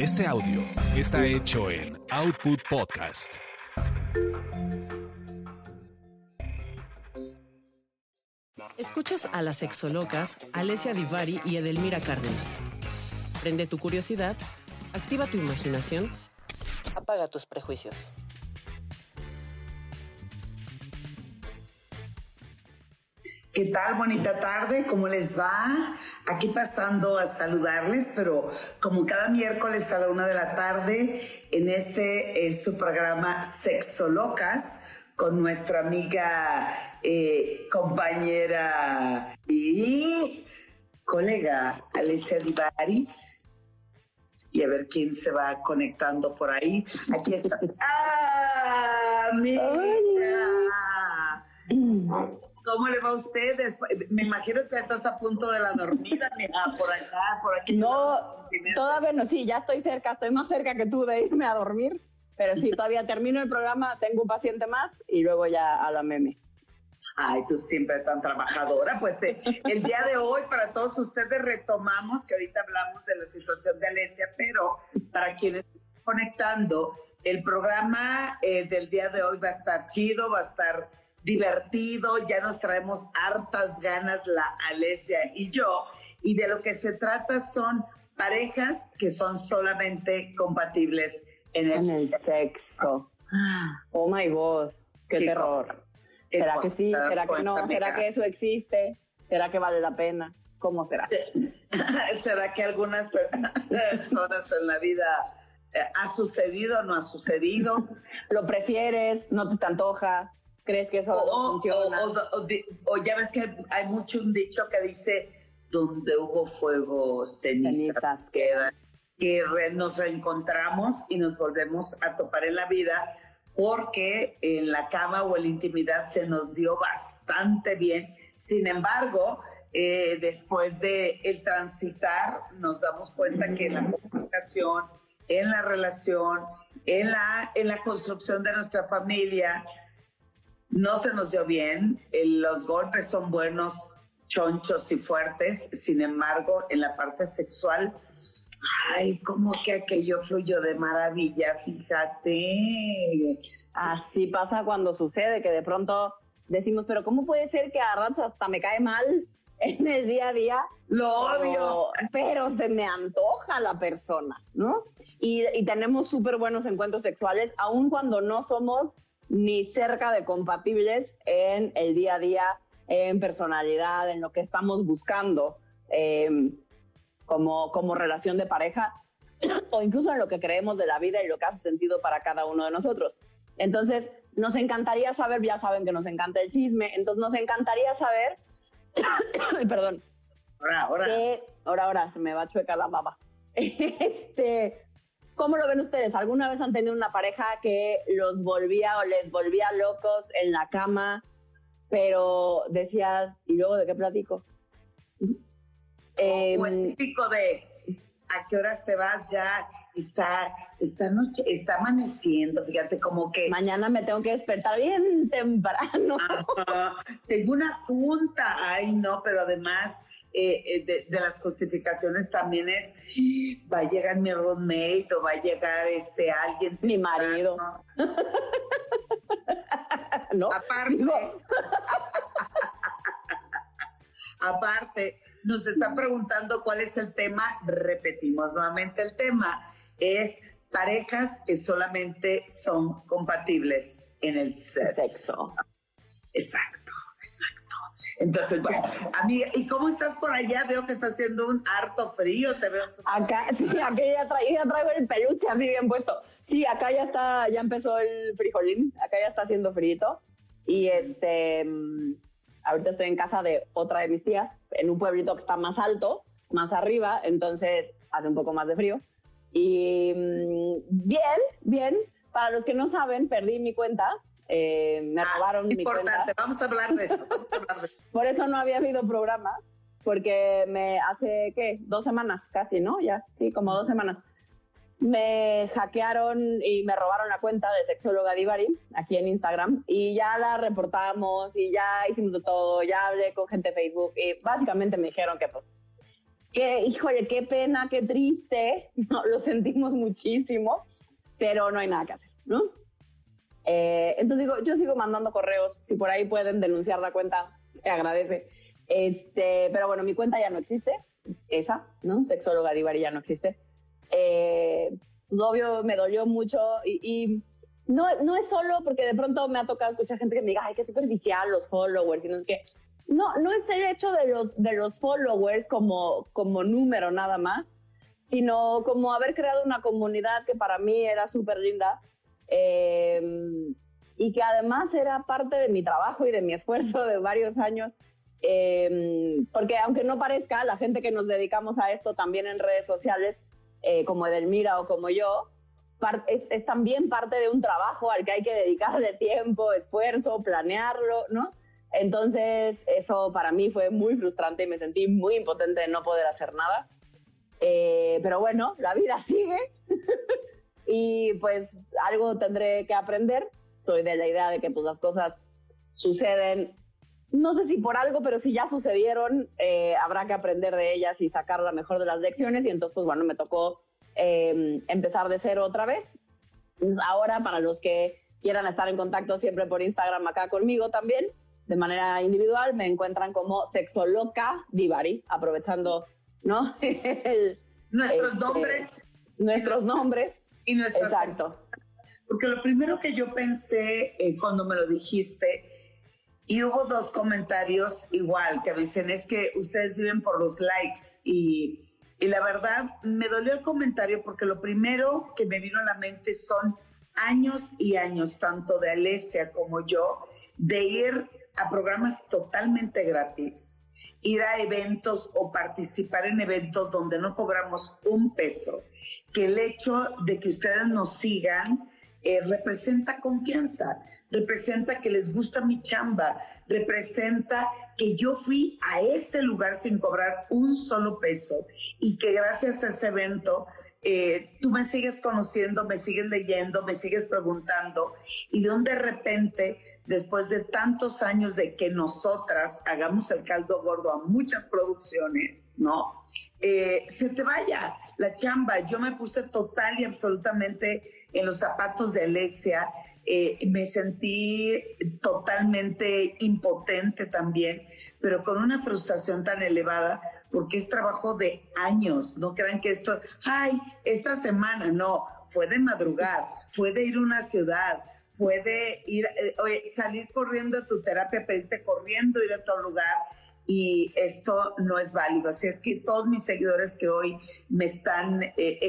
Este audio está hecho en Output Podcast. Escuchas a las sexolocas Alessia Divari y Edelmira Cárdenas. Prende tu curiosidad, activa tu imaginación, apaga tus prejuicios. ¿Qué tal? Bonita tarde, ¿cómo les va? Aquí pasando a saludarles, pero como cada miércoles a la 1 de la tarde, en este es su programa Sexolocas, con nuestra amiga, compañera y colega Alessia Divari. Y a ver quién se va conectando por ahí. Aquí está. ¡Ah, amiga! ¿Cómo le va a usted? Me imagino que estás a punto de la dormida, por acá, por aquí. No, todavía no, sí, ya estoy cerca, estoy más cerca que tú de irme a dormir, pero sí, todavía termino el programa, tengo un paciente más y luego ya a la meme. Ay, tú siempre tan trabajadora. Pues el día de hoy para todos ustedes retomamos, que ahorita hablamos de la situación de Alessia, pero para quienes están conectando, el programa del día de hoy va a estar chido, va a estar divertido, ya nos traemos hartas ganas la Alessia y yo, y de lo que se trata son parejas que son solamente compatibles en el sexo. Oh my God, qué terror. Cosa? ¿Será que sí? ¿Será que no? ¿Será que eso existe? ¿Será que vale la pena? ¿Cómo será? ¿Será que algunas personas en la vida ha sucedido o no ha sucedido? ¿Lo prefieres? ¿No te antoja? ¿Crees que eso funciona? O ya ves que hay mucho un dicho que dice, donde hubo fuego, cenizas quedan. Que nos reencontramos y nos volvemos a topar en la vida porque en la cama o en la intimidad se nos dio bastante bien. Sin embargo, después de el transitar, nos damos cuenta que en la comunicación, en la relación, en la construcción de nuestra familia, no se nos dio bien. Los golpes son buenos, chonchos y fuertes. Sin embargo, en la parte sexual, ay, como que aquello fluyó de maravilla, fíjate. Así pasa cuando sucede, que de pronto decimos, pero ¿cómo puede ser que a ratos hasta me cae mal en el día a día? Lo odio. Pero se me antoja la persona, ¿no? Y tenemos súper buenos encuentros sexuales, aun cuando no somos ni cerca de compatibles en el día a día, en personalidad, en lo que estamos buscando como relación de pareja, o incluso en lo que creemos de la vida y lo que hace sentido para cada uno de nosotros. Entonces, nos encantaría saber, ya saben que nos encanta el chisme, entonces nos encantaría saber, perdón, ahora se me va chueca la baba. ¿Cómo lo ven ustedes? ¿Alguna vez han tenido una pareja que los volvía o les volvía locos en la cama, pero decías, ¿y luego de qué platico? O el típico de ¿a qué horas te vas? Ya esta noche está amaneciendo, fíjate, como que mañana me tengo que despertar bien temprano. Tengo una junta, ay no, pero además de las justificaciones también es, va a llegar mi roommate o va a llegar alguien. Mi marido. ¿No? Aparte, nos están preguntando cuál es el tema. Repetimos nuevamente el tema. Es parejas que solamente son compatibles en el sexo. Exacto. Entonces, bueno, amiga, ¿y cómo estás por allá? Veo que está haciendo un harto frío, te veo. Acá, sí, acá ya traigo el peluche así bien puesto. Sí, acá ya empezó el frijolín, acá ya está haciendo frío. Y ahorita estoy en casa de otra de mis tías, en un pueblito que está más alto, más arriba, entonces hace un poco más de frío. Y bien, para los que no saben, perdí mi cuenta. Me robaron mi cuenta. Importante, vamos a hablar de eso. Por eso no había habido programa, porque hace, ¿qué? 2 semanas casi, ¿no? Ya, sí, como 2 semanas. Me hackearon y me robaron la cuenta de Sexóloga Divari aquí en Instagram y ya la reportamos y ya hicimos de todo, ya hablé con gente de Facebook y básicamente me dijeron que pues híjole, qué pena, qué triste, no, lo sentimos muchísimo, pero no hay nada que hacer, ¿no? Entonces digo, yo sigo mandando correos, si por ahí pueden denunciar la cuenta, se agradece. Pero bueno, mi cuenta ya no existe, esa, ¿no? Sexóloga Divari ya no existe. Pues obvio, me dolió mucho y no es solo porque de pronto me ha tocado escuchar gente que me diga, ay, qué superficial los followers, y no es que... No es el hecho de los followers como número nada más, sino como haber creado una comunidad que para mí era súper linda y que además era parte de mi trabajo y de mi esfuerzo de varios años, porque aunque no parezca, la gente que nos dedicamos a esto también en redes sociales, como Edelmira o como yo, es también parte de un trabajo al que hay que dedicarle tiempo, esfuerzo, planearlo, ¿no? Entonces eso para mí fue muy frustrante y me sentí muy impotente de no poder hacer nada. Pero bueno, la vida sigue y pues algo tendré que aprender. Soy de la idea de que pues las cosas suceden, no sé si por algo, pero si ya sucedieron, habrá que aprender de ellas y sacar la mejor de las lecciones. Y entonces pues bueno, me tocó empezar de cero otra vez. Entonces ahora, para los que quieran estar en contacto siempre por Instagram acá conmigo también, de manera individual, me encuentran como Sexoloca Divari, aprovechando, ¿no? Nuestros nombres. Nuestros nombres. Y nuestras... Exacto. Porque lo primero que yo pensé cuando me lo dijiste, y hubo dos comentarios igual, que me dicen, es que ustedes viven por los likes, y la verdad, me dolió el comentario porque lo primero que me vino a la mente son años y años, tanto de Alesia como yo, de ir a programas totalmente gratis, ir a eventos o participar en eventos donde no cobramos un peso, que el hecho de que ustedes nos sigan representa confianza, representa que les gusta mi chamba, representa que yo fui a ese lugar sin cobrar un solo peso y que gracias a ese evento tú me sigues conociendo, me sigues leyendo, me sigues preguntando, y de repente, después de tantos años de que nosotras hagamos el caldo gordo a muchas producciones, ¿no? Se te vaya la chamba. Yo me puse total y absolutamente en los zapatos de Alesia, me sentí totalmente impotente también, pero con una frustración tan elevada, porque es trabajo de años. No crean que esto, ay, esta semana, no, fue de madrugar, fue de ir a una ciudad, fue de ir, salir corriendo a tu terapia, pedirte corriendo, ir a otro lugar, y esto no es válido. Así es que todos mis seguidores que hoy me están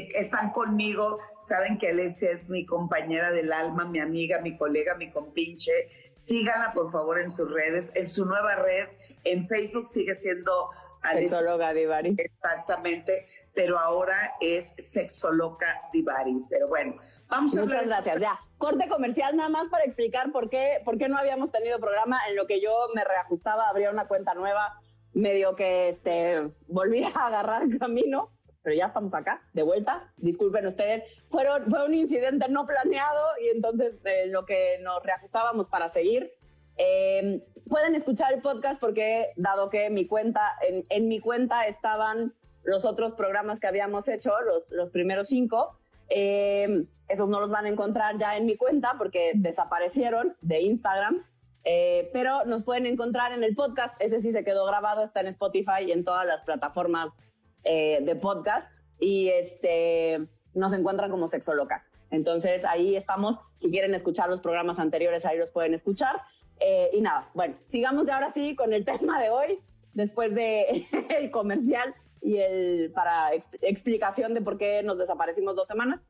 conmigo, saben que Alesia es mi compañera del alma, mi amiga, mi colega, mi compinche. Síganla, por favor, en sus redes, en su nueva red. En Facebook sigue siendo Sexóloga Divari. Exactamente, pero ahora es Sexóloga Divari. Pero bueno, vamos a hablar. Muchas gracias. Ya, corte comercial nada más para explicar por qué no habíamos tenido programa. En lo que yo me reajustaba, abría una cuenta nueva, medio que volví a agarrar camino, pero ya estamos acá, de vuelta. Disculpen ustedes, fue un incidente no planeado y entonces lo que nos reajustábamos para seguir. Pueden escuchar el podcast porque, dado que en mi cuenta estaban los otros programas que habíamos hecho, los primeros 5, esos no los van a encontrar ya en mi cuenta porque desaparecieron de Instagram, pero nos pueden encontrar en el podcast. Ese sí se quedó grabado, está en Spotify y en todas las plataformas de podcast, y nos encuentran como Sexolocas. Entonces ahí estamos. Si quieren escuchar los programas anteriores, ahí los pueden escuchar. Y nada, bueno, sigamos de ahora sí con el tema de hoy, después de el comercial y para explicación de por qué nos desaparecimos 2 semanas.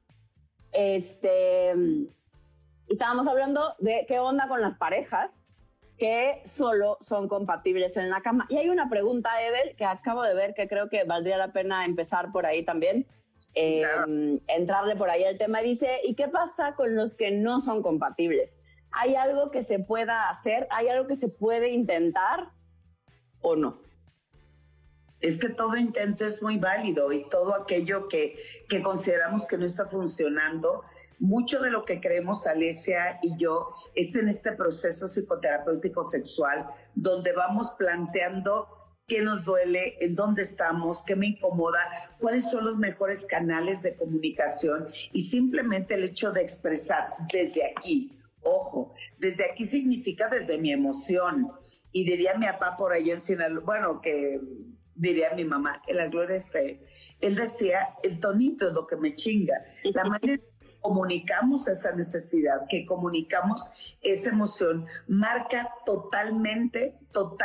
Estábamos hablando de qué onda con las parejas que solo son compatibles en la cama. Y hay una pregunta, Edel, que acabo de ver, que creo que valdría la pena empezar por ahí también, entrarle por ahí al tema. Dice, ¿y qué pasa con los que no son compatibles? ¿Hay algo que se pueda hacer? ¿Hay algo que se puede intentar o no? Es que todo intento es muy válido, y todo aquello que consideramos que no está funcionando, mucho de lo que creemos Alesia y yo es en este proceso psicoterapéutico sexual, donde vamos planteando qué nos duele, en dónde estamos, qué me incomoda, cuáles son los mejores canales de comunicación y simplemente el hecho de expresar desde aquí. Ojo, desde aquí significa desde mi emoción. Y diría mi papá por ahí en Sinaloa, bueno, que diría mi mamá, en la gloria esté, él decía, el tonito es lo que me chinga. La manera que comunicamos esa necesidad, que comunicamos esa emoción, marca totalmente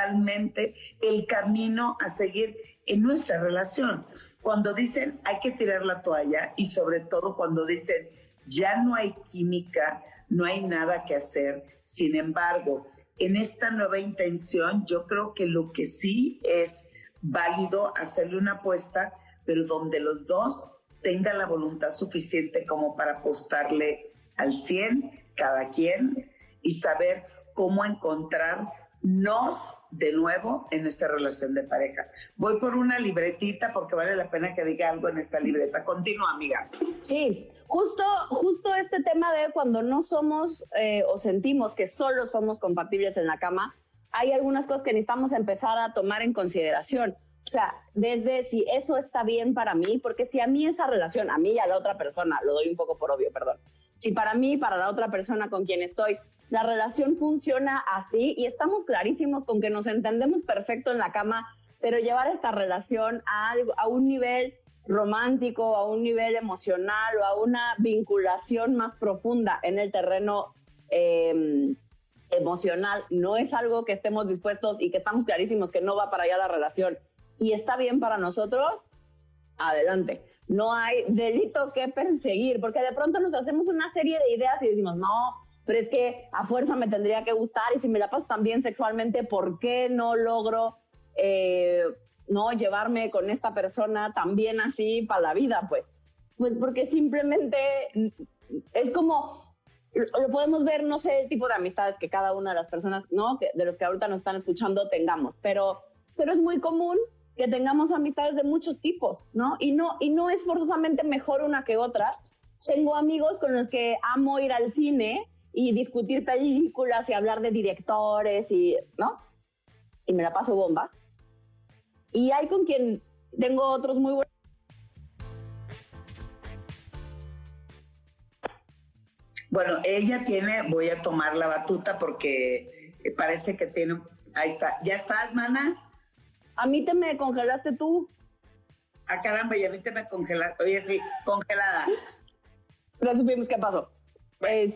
el camino a seguir en nuestra relación. Cuando dicen hay que tirar la toalla y sobre todo cuando dicen ya no hay química, no hay nada que hacer. Sin embargo, en esta nueva intención, yo creo que lo que sí es válido hacerle una apuesta, pero donde los dos tengan la voluntad suficiente como para apostarle al 100 cada quien y saber cómo encontrarnos de nuevo en esta relación de pareja. Voy por una libretita porque vale la pena que diga algo en esta libreta. Continúa, amiga. Sí. Justo este tema de cuando no somos o sentimos que solo somos compatibles en la cama, hay algunas cosas que necesitamos empezar a tomar en consideración. O sea, desde si eso está bien para mí, porque si a mí esa relación, a mí y a la otra persona, lo doy un poco por obvio, perdón, si para mí y para la otra persona con quien estoy, la relación funciona así y estamos clarísimos con que nos entendemos perfecto en la cama, pero llevar esta relación a un nivel romántico, a un nivel emocional o a una vinculación más profunda en el terreno emocional, no es algo que estemos dispuestos y que estamos clarísimos que no va para allá la relación y está bien para nosotros, adelante. No hay delito que perseguir, porque de pronto nos hacemos una serie de ideas y decimos, no, pero es que a fuerza me tendría que gustar y si me la paso tan bien sexualmente, ¿por qué no logro no llevarme con esta persona también así para la vida? Pues porque simplemente es como, lo podemos ver, no sé, el tipo de amistades que cada una de las personas, ¿no? De los que ahorita nos están escuchando tengamos, pero es muy común que tengamos amistades de muchos tipos, ¿no? Y no es forzosamente mejor una que otra. Tengo amigos con los que amo ir al cine y discutir películas y hablar de directores y, ¿no? Y me la paso bomba. Y hay con quien tengo otros muy buenos. Bueno, ella tiene, voy a tomar la batuta porque parece que tiene, ahí está. ¿Ya estás, mana? A mí te me congelaste tú. Ah, caramba, y a mí te me congelaste. Oye, sí, congelada. No supimos qué pasó. Bueno,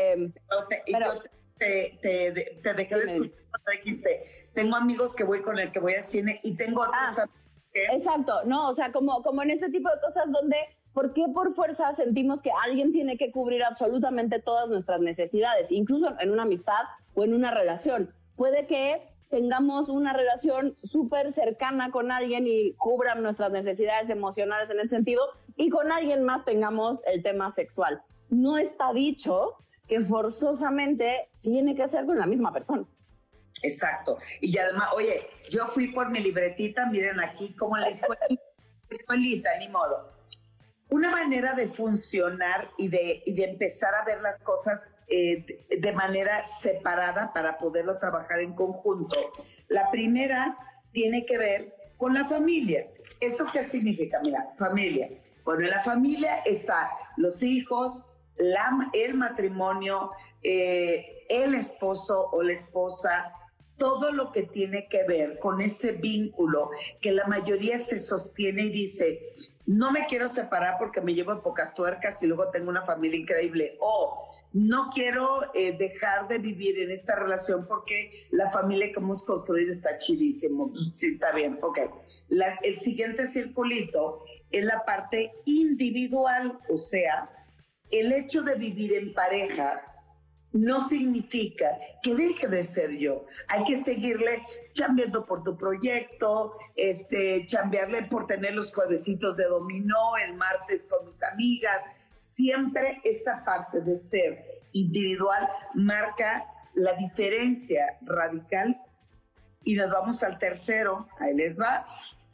yo te dejé de escuchar cuando dijiste, tengo amigos que voy con el que voy al cine y tengo otros amigos que... Exacto, no, o sea, como en este tipo de cosas donde, ¿por qué por fuerza sentimos que alguien tiene que cubrir absolutamente todas nuestras necesidades? Incluso en una amistad o en una relación. Puede que tengamos una relación súper cercana con alguien y cubran nuestras necesidades emocionales en ese sentido, y con alguien más tengamos el tema sexual. No está dicho que forzosamente tiene que ser con la misma persona. Exacto. Y además, oye, yo fui por mi libretita, miren aquí, como en la escuelita, ni modo. Una manera de funcionar y de empezar a ver las cosas de manera separada para poderlo trabajar en conjunto. La primera tiene que ver con la familia. ¿Eso qué significa? Mira, familia. Bueno, en la familia están los hijos, el matrimonio, el esposo o la esposa, todo lo que tiene que ver con ese vínculo que la mayoría se sostiene y dice, no me quiero separar porque me llevo en pocas tuercas y luego tengo una familia increíble, o no quiero dejar de vivir en esta relación porque la familia que hemos construido está chidísimo. Sí, está bien, ok. El siguiente circulito es la parte individual, o sea, el hecho de vivir en pareja no significa que deje de ser yo. Hay que seguirle chambeando por tu proyecto, chambearle por tener los juevesitos de dominó, el martes con mis amigas. Siempre esta parte de ser individual marca la diferencia radical. Y nos vamos al tercero, ahí les va,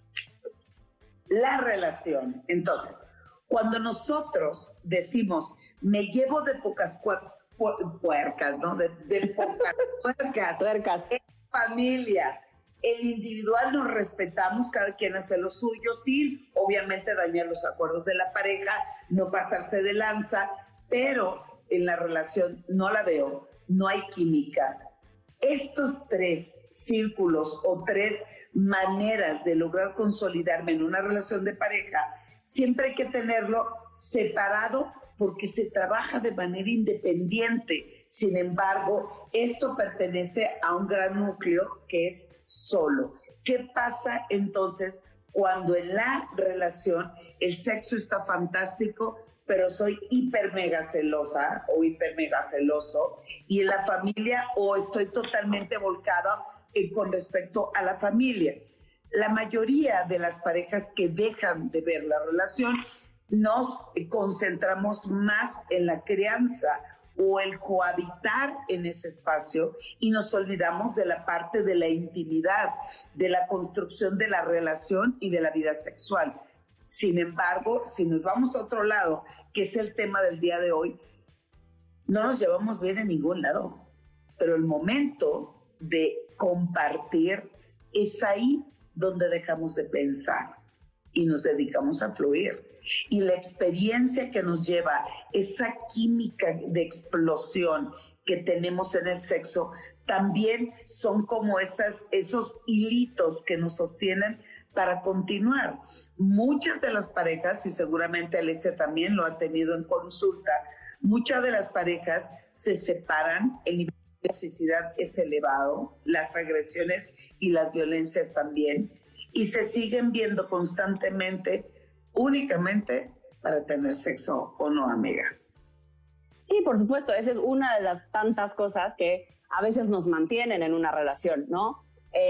la relación. Entonces, cuando nosotros decimos, me llevo de pocas puercas, ¿no? De pocas tuercas. Tuercas. Familia. el individual nos respetamos, cada quien hace lo suyo, sin obviamente dañar los acuerdos de la pareja, no pasarse de lanza, pero en la relación no la veo, no hay química. Estos 3 círculos o 3 maneras de lograr consolidarme en una relación de pareja, siempre hay que tenerlo separado porque se trabaja de manera independiente. Sin embargo, esto pertenece a un gran núcleo que es solo. ¿Qué pasa entonces cuando en la relación el sexo está fantástico, pero soy hiper mega celosa o hiper mega celoso, y en la familia o estoy totalmente volcada con respecto a la familia? La mayoría de las parejas que dejan de ver la relación nos concentramos más en la crianza o el cohabitar en ese espacio y nos olvidamos de la parte de la intimidad, de la construcción de la relación y de la vida sexual. Sin embargo, si nos vamos a otro lado, que es el tema del día de hoy, no nos llevamos bien en ningún lado, pero el momento de compartir es ahí donde dejamos de pensar y nos dedicamos a fluir. Y la experiencia que nos lleva esa química de explosión que tenemos en el sexo también son como esos hilitos que nos sostienen para continuar. Muchas de las parejas, y seguramente Alicia también lo ha tenido en consulta, muchas de las parejas se separan, el nivel de toxicidad es elevado, las agresiones y las violencias también, y se siguen viendo constantemente únicamente para tener sexo, ¿o no, amiga? Sí, por supuesto, esa es una de las tantas cosas que a veces nos mantienen en una relación, ¿no?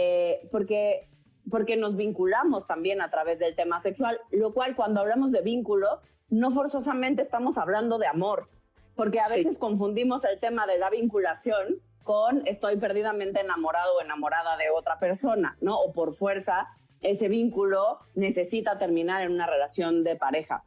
Porque nos vinculamos también a través del tema sexual, lo cual cuando hablamos de vínculo, no forzosamente estamos hablando de amor, porque a veces confundimos el tema de la vinculación con estoy perdidamente enamorado o enamorada de otra persona, ¿no? O por fuerza ese vínculo necesita terminar en una relación de pareja.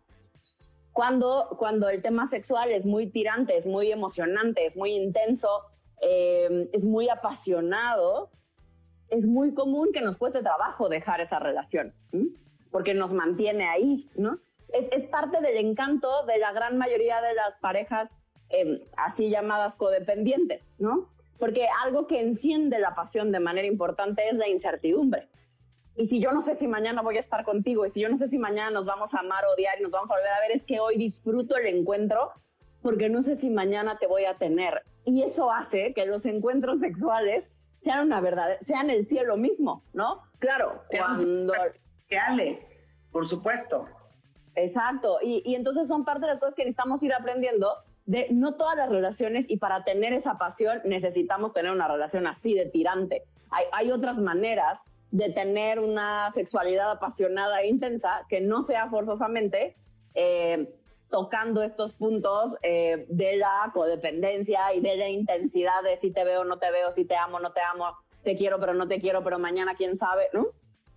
Cuando el tema sexual es muy tirante, es muy emocionante, es muy intenso, es muy apasionado, es muy común que nos cueste trabajo dejar esa relación, porque nos mantiene ahí, ¿no? Es parte del encanto de la gran mayoría de las parejas así llamadas codependientes, ¿no? Porque algo que enciende la pasión de manera importante es la incertidumbre. Y si yo no sé si mañana voy a estar contigo, y si yo no sé si mañana nos vamos a amar o odiar y nos vamos a volver a ver, es que hoy disfruto el encuentro porque no sé si mañana te voy a tener. Y eso hace que los encuentros sexuales sean sean el cielo mismo, ¿no? Claro, cuando... Reales, por supuesto. Exacto, y entonces son parte de las cosas que necesitamos ir aprendiendo de no todas las relaciones, y para tener esa pasión necesitamos tener una relación así de tirante. Hay otras maneras de tener una sexualidad apasionada e intensa que no sea forzosamente tocando estos puntos de la codependencia y de la intensidad de si te veo, no te veo, si te amo, no te amo, te quiero, pero no te quiero, pero mañana quién sabe, ¿no?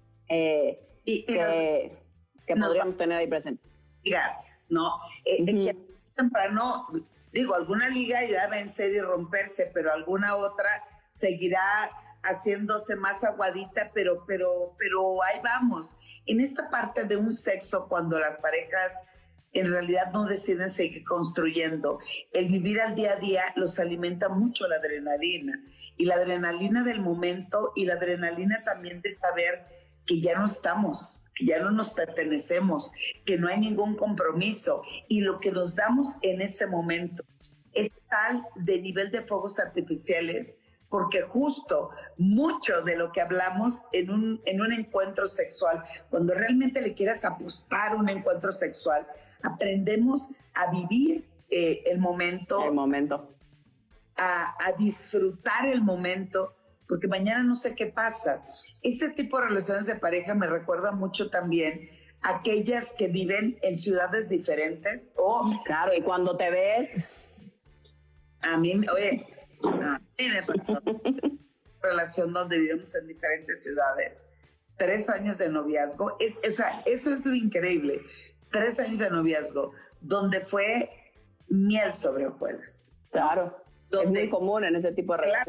Que podríamos tener ahí presentes. Ligas, ¿no? Que temprano, digo, alguna liga irá a vencer y romperse, pero alguna otra seguirá haciéndose más aguadita, pero ahí vamos. En esta parte de un sexo, cuando las parejas en realidad no deciden seguir construyendo, el vivir al día a día los alimenta mucho la adrenalina, y la adrenalina del momento, y la adrenalina también de saber que ya no estamos, que ya no nos pertenecemos, que no hay ningún compromiso, y lo que nos damos en ese momento es tal de nivel de fuegos artificiales, porque justo mucho de lo que hablamos en un encuentro sexual, cuando realmente le quieras apostar un encuentro sexual, aprendemos a vivir el momento. A disfrutar el momento, porque mañana no sé qué pasa. Este tipo de relaciones de pareja me recuerda mucho también a aquellas que viven en ciudades diferentes. Claro, y cuando te ves... A mí me pasó una relación donde vivimos en diferentes ciudades, 3 años de noviazgo, eso es lo increíble, 3 años de noviazgo, donde fue miel sobre hojuelas. Claro, es muy común en ese tipo de relaciones.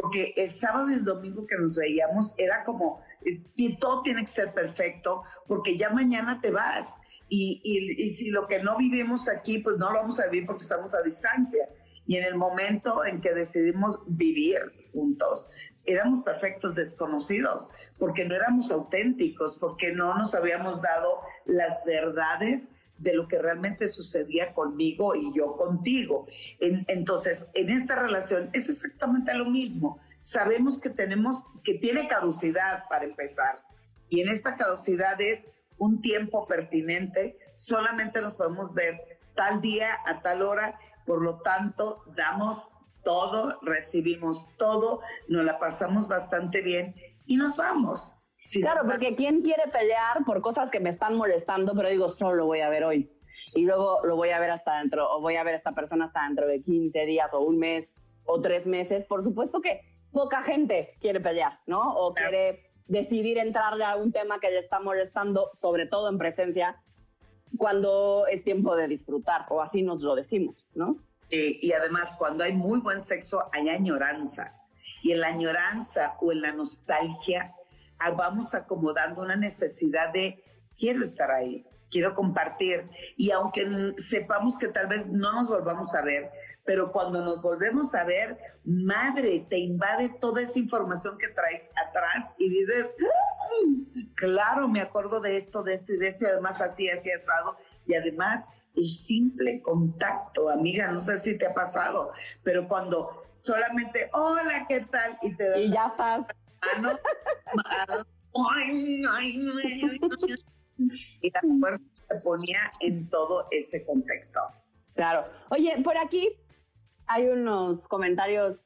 porque el sábado y el domingo que nos veíamos era como, que todo tiene que ser perfecto, porque ya mañana te vas. Y si lo que no vivimos aquí, pues no lo vamos a vivir porque estamos a distancia. Y en el momento en que decidimos vivir juntos, éramos perfectos desconocidos, porque no éramos auténticos, porque no nos habíamos dado las verdades de lo que realmente sucedía conmigo y yo contigo. Entonces, en esta relación es exactamente lo mismo. Sabemos que tiene caducidad para empezar. Y en esta caducidad es un tiempo pertinente, solamente nos podemos ver tal día a tal hora, por lo tanto, damos todo, recibimos todo, nos la pasamos bastante bien y nos vamos. Claro, porque ¿quién quiere pelear por cosas que me están molestando, pero digo, solo lo voy a ver hoy? Y luego lo voy a ver hasta dentro, o voy a ver a esta persona hasta dentro de 15 días, o un mes, o 3 meses. Por supuesto que poca gente quiere pelear, ¿no? O quiere decidir entrarle a un tema que le está molestando, sobre todo en presencia, cuando es tiempo de disfrutar, o así nos lo decimos, ¿no? Y además, cuando hay muy buen sexo, hay añoranza. Y en la añoranza o en la nostalgia, vamos acomodando una necesidad de quiero estar ahí, quiero compartir. Y aunque sepamos que tal vez no nos volvamos a ver, pero cuando nos volvemos a ver, madre, te invade toda esa información que traes atrás y dices, claro, me acuerdo de esto y de esto, y además así asado. Y además, el simple contacto, amiga, no sé si te ha pasado, pero cuando solamente, hola, ¿qué tal? Y ya estás. Y la fuerza se ponía en todo ese contexto. Claro. Oye, por aquí hay unos comentarios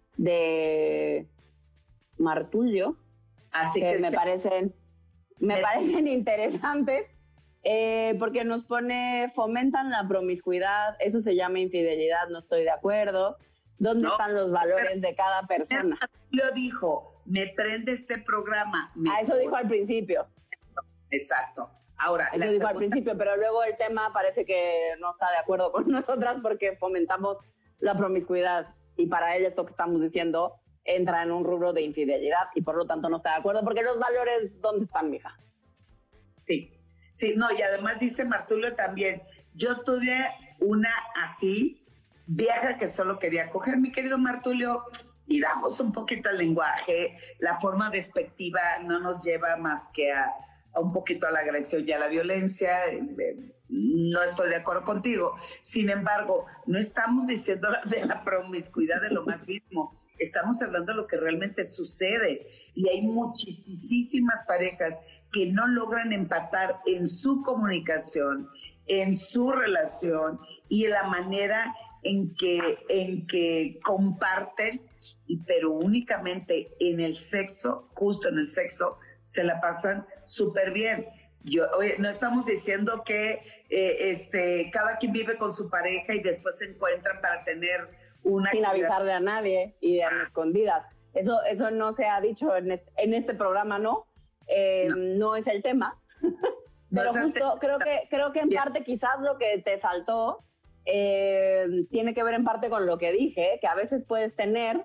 de Martulio, así que me parecen interesantes, porque nos pone, fomentan la promiscuidad, eso se llama infidelidad, no estoy de acuerdo. ¿Dónde están los valores de cada persona? Lo dijo, me prende este programa. Eso dijo al principio. Exacto. Ahora, eso dijo al principio, pero luego el tema parece que no está de acuerdo con nosotras porque fomentamos la promiscuidad y para él esto que estamos diciendo entra en un rubro de infidelidad y por lo tanto no está de acuerdo porque los valores, ¿dónde están, mija? Sí, no, y además dice Martulio también, yo tuve una así, vieja que solo quería coger, mi querido Martulio, y damos un poquito el lenguaje, la forma despectiva no nos lleva más que a un poquito a la agresión y a la violencia. No estoy de acuerdo contigo. Sin embargo, no estamos diciendo de la promiscuidad de lo más mismo. Estamos hablando de lo que realmente sucede. Y hay muchísimas parejas que no logran empatar en su comunicación, en su relación y en la manera en que comparten, pero únicamente en el sexo, justo en el sexo, se la pasan súper bien. Oye, no estamos diciendo que cada quien vive con su pareja y después se encuentran para tener una... Sin avisarle a nadie y de escondidas. Eso no se ha dicho en este programa, ¿no? No es el tema. Pero justo creo que en parte quizás lo que te saltó tiene que ver en parte con lo que dije, que a veces puedes tener...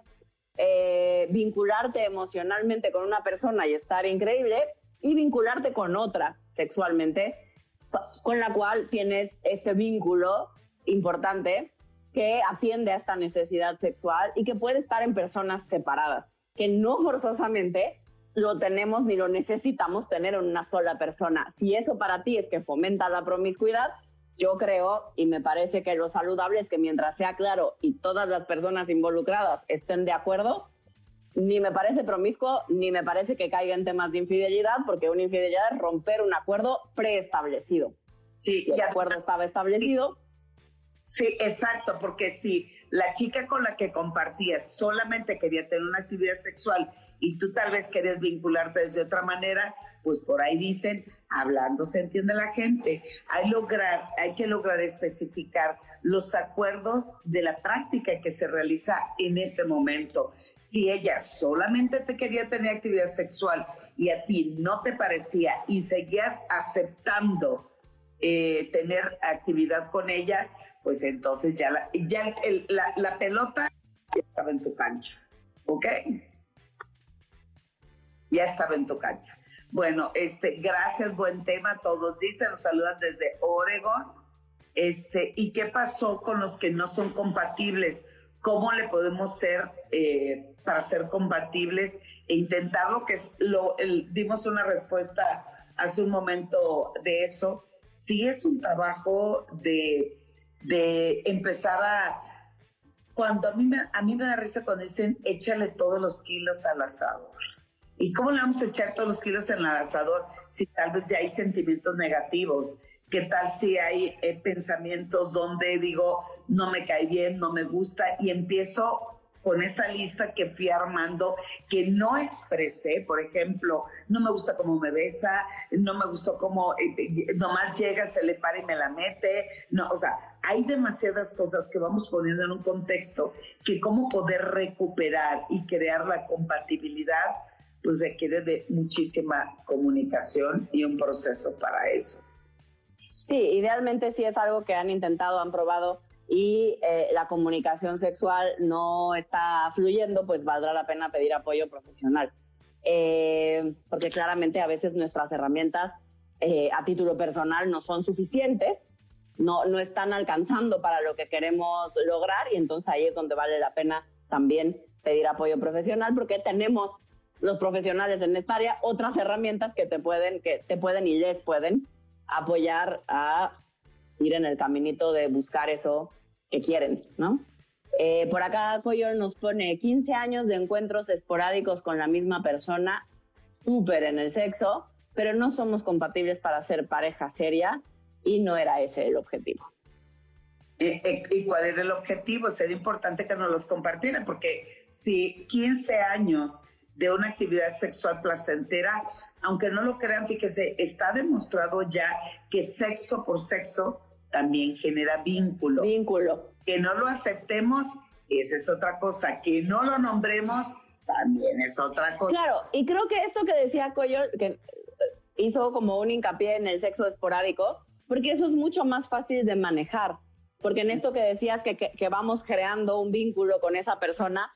vincularte emocionalmente con una persona y estar increíble y vincularte con otra sexualmente con la cual tienes este vínculo importante que atiende a esta necesidad sexual y que puede estar en personas separadas, que no forzosamente lo tenemos ni lo necesitamos tener en una sola persona. Si eso para ti es que fomenta la promiscuidad, yo creo y me parece que lo saludable es que mientras sea claro y todas las personas involucradas estén de acuerdo, ni me parece promiscuo, ni me parece que caiga en temas de infidelidad, porque una infidelidad es romper un acuerdo preestablecido. Sí, si el acuerdo estaba establecido. Sí, exacto, porque si la chica con la que compartías solamente quería tener una actividad sexual y tú tal vez querías vincularte desde otra manera, pues por ahí dicen, hablando se entiende la gente. Hay que lograr especificar los acuerdos de la práctica que se realiza en ese momento. Si ella solamente te quería tener actividad sexual y a ti no te parecía y seguías aceptando tener actividad con ella, pues entonces ya la pelota estaba en tu cancha. ¿Ok? Ya estaba en tu cancha. Bueno, gracias, buen tema. Todos dicen, nos saludan desde Oregon. ¿Y qué pasó con los que no son compatibles? ¿Cómo le podemos hacer para ser compatibles e intentar lo que es dimos una respuesta hace un momento de eso? Sí es un trabajo de empezar cuando a mí me da risa cuando dicen échale todos los kilos al asador. ¿Y cómo le vamos a echar todos los kilos en el asador si tal vez ya hay sentimientos negativos? ¿Qué tal si hay pensamientos donde digo, no me cae bien, no me gusta, y empiezo con esa lista que fui armando, que no expresé? Por ejemplo, no me gusta cómo me besa, no me gustó cómo nomás llega, se le para y me la mete. No, o sea, hay demasiadas cosas que vamos poniendo en un contexto que cómo poder recuperar y crear la compatibilidad, pues requiere de muchísima comunicación y un proceso para eso. Sí, idealmente sí es algo que han intentado, han probado, y la comunicación sexual no está fluyendo, pues valdrá la pena pedir apoyo profesional. Porque claramente a veces nuestras herramientas a título personal no son suficientes, no están alcanzando para lo que queremos lograr, y entonces ahí es donde vale la pena también pedir apoyo profesional, porque tenemos los profesionales en esta área otras herramientas que te pueden y les pueden apoyar a ir en el caminito de buscar eso que quieren, ¿no? Por acá Coyol nos pone 15 años de encuentros esporádicos con la misma persona, súper en el sexo, pero no somos compatibles para ser pareja seria y no era ese el objetivo. ¿Y cuál era el objetivo? Sería importante que nos los compartieran, porque si 15 años de una actividad sexual placentera, aunque no lo crean, fíjese, está demostrado ya que sexo por sexo también genera vínculo. Que no lo aceptemos, esa es otra cosa. Que no lo nombremos, también es otra cosa. Claro, y creo que esto que decía Coyol, que hizo como un hincapié en el sexo esporádico, porque eso es mucho más fácil de manejar. Porque en esto que decías, que vamos creando un vínculo con esa persona,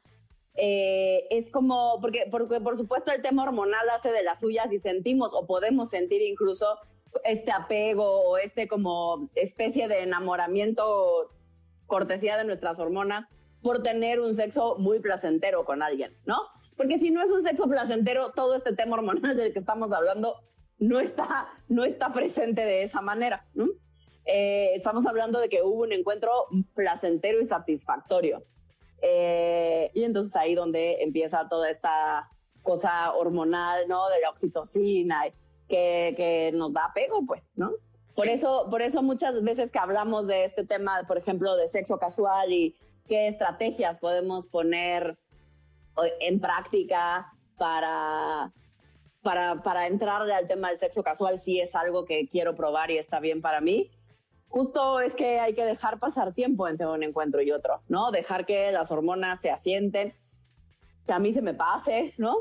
es como, porque por supuesto el tema hormonal hace de las suyas, y sentimos o podemos sentir incluso este apego o como especie de enamoramiento, cortesía de nuestras hormonas, por tener un sexo muy placentero con alguien, ¿no? Porque si no es un sexo placentero, todo este tema hormonal del que estamos hablando no está presente de esa manera, ¿no? Estamos hablando de que hubo un encuentro placentero y satisfactorio. Y entonces ahí donde empieza toda esta cosa hormonal, ¿no? De la oxitocina, que nos da apego, pues, ¿no? Por eso muchas veces que hablamos de este tema, por ejemplo, de sexo casual y qué estrategias podemos poner en práctica para entrarle al tema del sexo casual, si es algo que quiero probar y está bien para mí. Justo es que hay que dejar pasar tiempo entre un encuentro y otro, ¿no? Dejar que las hormonas se asienten, que a mí se me pase, ¿no?